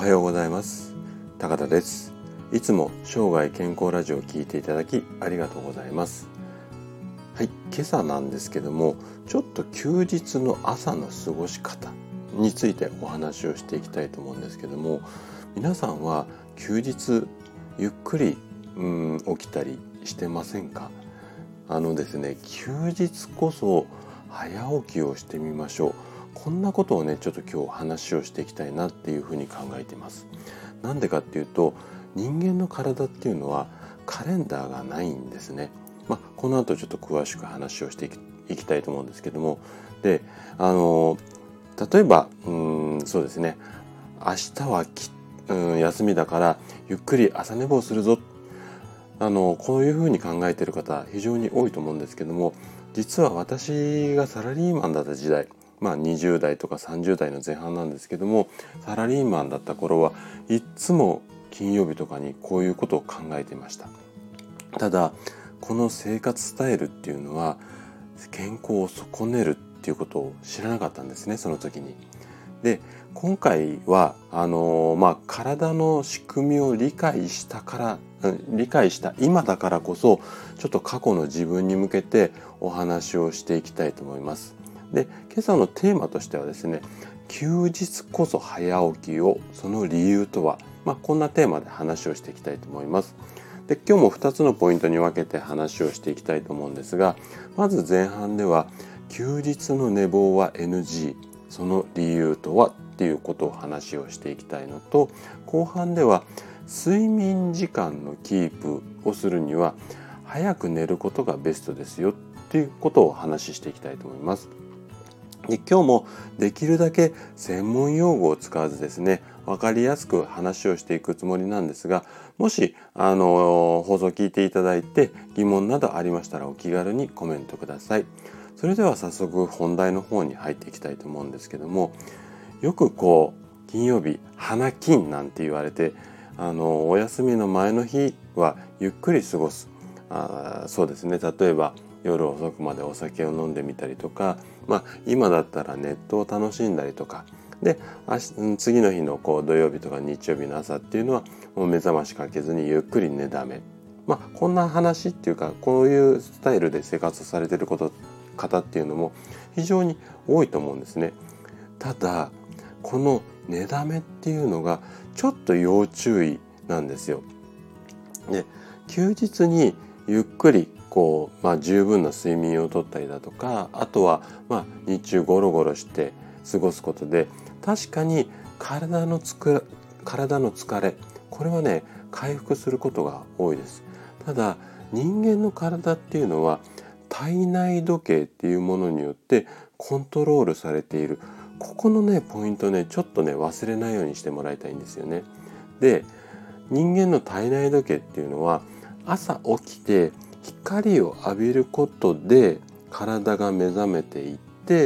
はようございます。高田です。いつも生涯健康ラジオを聞いていただきありがとうございます。はい、今朝なんですけども、ちょっと休日の朝の過ごし方についてお話をしていきたいと思うんですけども、皆さんは休日ゆっくり起きたりしてませんか？ですね、休日こそ早起きをしてみましょう。こんなことをね、ちょっと今日話をしていきたいなっていうふうに考えています。なんでかっていうと、人間の体っていうのはカレンダーがないんですね。この後ちょっと詳しく話をしていきたいと思うんですけども、で、例えばそうですね、明日は休みだからゆっくり朝寝坊するぞ、こういうふうに考えている方非常に多いと思うんですけども、実は私がサラリーマンだった時代、20代とか30代の前半なんですけども、サラリーマンだった頃はいつも金曜日とかにこういうことを考えていました。ただこの生活スタイルっていうのは健康を損ねるっていうことを知らなかったんですね、その時に。で、今回は体の仕組みを理解した今だからこそ、ちょっと過去の自分に向けてお話をしていきたいと思います。で、今朝のテーマとしてはですね、休日こそ早起きを、その理由とは、こんなテーマで話をしていきたいと思います。で、今日も2つのポイントに分けて話をしていきたいと思うんですが、まず前半では休日の寝坊は NG、その理由とはっていうことを話をしていきたいのと、後半では睡眠時間のキープをするには早く寝ることがベストですよっていうことをお話ししていきたいと思います。で、今日もできるだけ専門用語を使わずですね、分かりやすく話をしていくつもりなんですが、もし放送を聞いていただいて疑問などありましたらお気軽にコメントください。それでは早速本題の方に入っていきたいと思うんですけども、よく金曜日花金なんて言われて、お休みの前の日はゆっくり過ごす。そうですね、例えば夜遅くまでお酒を飲んでみたりとか、今だったらネットを楽しんだりとかで、次の日の土曜日とか日曜日の朝っていうのはもう目覚ましかけずにゆっくり寝だめ。こんな話っていうか、こういうスタイルで生活されている方っていうのも非常に多いと思うんですね。ただこの寝だめっていうのがちょっと要注意なんですよ。で、休日にゆっくり十分な睡眠をとったりだとか、あとは日中ゴロゴロして過ごすことで、確かに体の疲れ、これはね、回復することが多いです。ただ人間の体っていうのは体内時計っていうものによってコントロールされている。ここのね、ポイントね、ちょっとね、忘れないようにしてもらいたいんですよね。で、人間の体内時計っていうのは朝起きて光を浴びることで体が目覚めていって、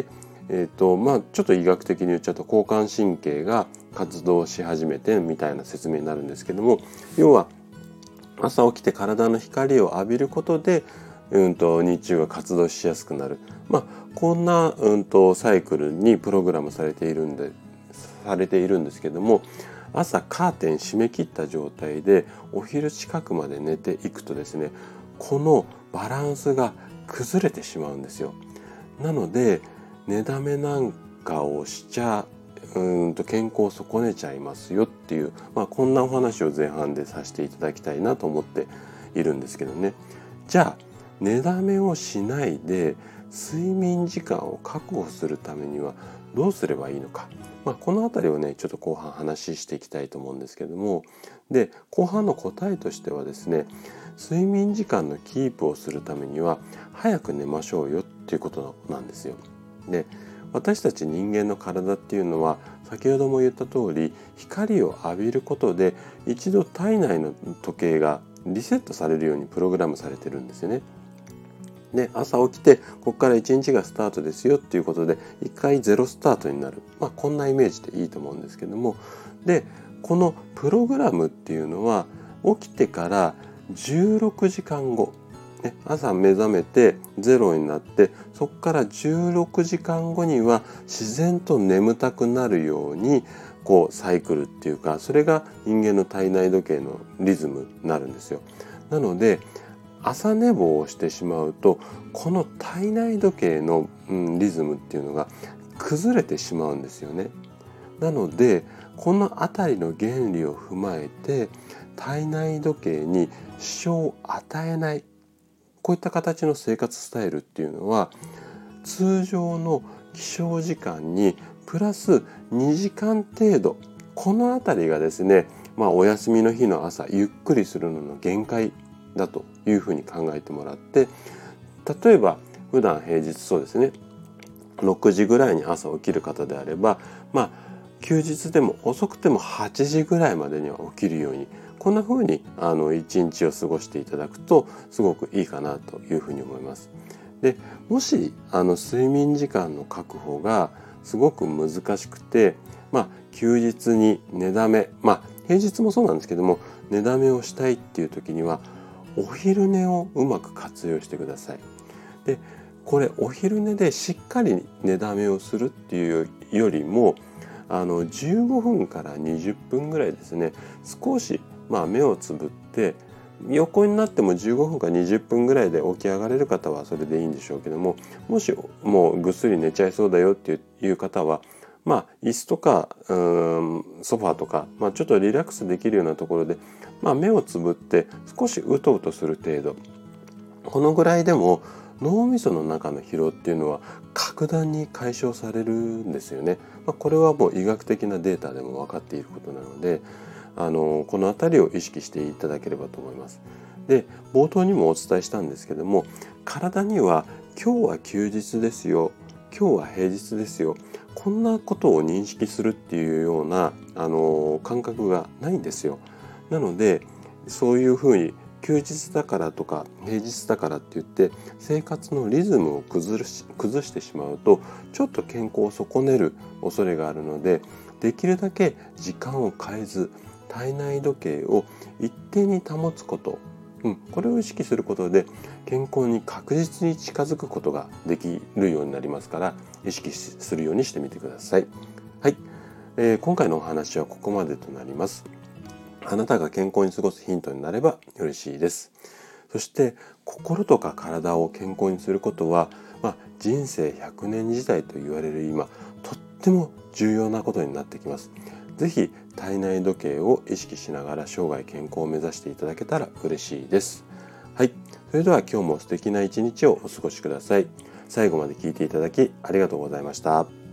ちょっと医学的に言っちゃうと交感神経が活動し始めてみたいな説明になるんですけども、要は朝起きて体の光を浴びることで日中が活動しやすくなる。こんなサイクルにプログラムされているんですけども、朝カーテン閉め切った状態でお昼近くまで寝ていくとですね、このバランスが崩れてしまうんですよ。なので寝だめなんかをしちゃ健康を損ねちゃいますよっていう、こんなお話を前半でさせていただきたいなと思っているんですけどね。じゃあ寝だめをしないで睡眠時間を確保するためにはどうすればいいのか、このあたりをね、ちょっと後半話していきたいと思うんですけども、で、後半の答えとしてはですね、睡眠時間のキープをするためには早く寝ましょうよっていうことなんですよ。で、私たち人間の体っていうのは先ほども言った通り、光を浴びることで一度体内の時計がリセットされるようにプログラムされてるんですよね。で、朝起きてここから一日がスタートですよっていうことで一回ゼロスタートになる、こんなイメージでいいと思うんですけども、で、このプログラムっていうのは起きてから16時間後、朝目覚めてゼロになって、そこから16時間後には自然と眠たくなるようにこうサイクルっていうか、それが人間の体内時計のリズムになるんですよ。なので朝寝坊をしてしまうと、この体内時計の、リズムっていうのが崩れてしまうんですよね。なのでこのあたりの原理を踏まえて、体内時計に支障を与えない、こういった形の生活スタイルっていうのは、通常の起床時間にプラス2時間程度、このあたりがですね、お休みの日の朝ゆっくりするのの限界だというふうに考えてもらって、例えば普段平日そうですね、6時ぐらいに朝起きる方であれば、休日でも遅くても8時ぐらいまでには起きるように、こんな風に一日を過ごしていただくとすごくいいかなというふうに思います。で、もし睡眠時間の確保がすごく難しくて、休日に寝だめ、平日もそうなんですけども、寝だめをしたいっていう時にはお昼寝をうまく活用してください。で、これお昼寝でしっかり寝だめをするっていうよりも、15分から20分ぐらいですね、少し目をつぶって横になっても15分か20分ぐらいで起き上がれる方はそれでいいんでしょうけども、もしもうぐっすり寝ちゃいそうだよっていう方は、椅子とかソファーとか、ちょっとリラックスできるようなところで、目をつぶって少しうとうとする程度、このぐらいでも脳みその中の疲労っていうのは格段に解消されるんですよね。これはもう医学的なデータでも分かっていることなので、このあたりを意識していただければと思います。で、冒頭にもお伝えしたんですけども、体には今日は休日ですよ、今日は平日ですよ、こんなことを認識するっていうような感覚がないんですよ。なのでそういうふうに休日だからとか平日だからって言って生活のリズムを崩してしまうと、ちょっと健康を損ねる恐れがあるので、できるだけ時間を変えず体内時計を一定に保つこと、これを意識することで健康に確実に近づくことができるようになりますから、意識するようにしてみてください。はい、今回のお話はここまでとなります。あなたが健康に過ごすヒントになれば嬉しいです。そして心とか体を健康にすることは、人生100年時代と言われる今、とっても重要なことになってきます。ぜひ体内時計を意識しながら生涯健康を目指していただけたら嬉しいです。はい、それでは今日も素敵な一日をお過ごしください。最後まで聞いていただきありがとうございました。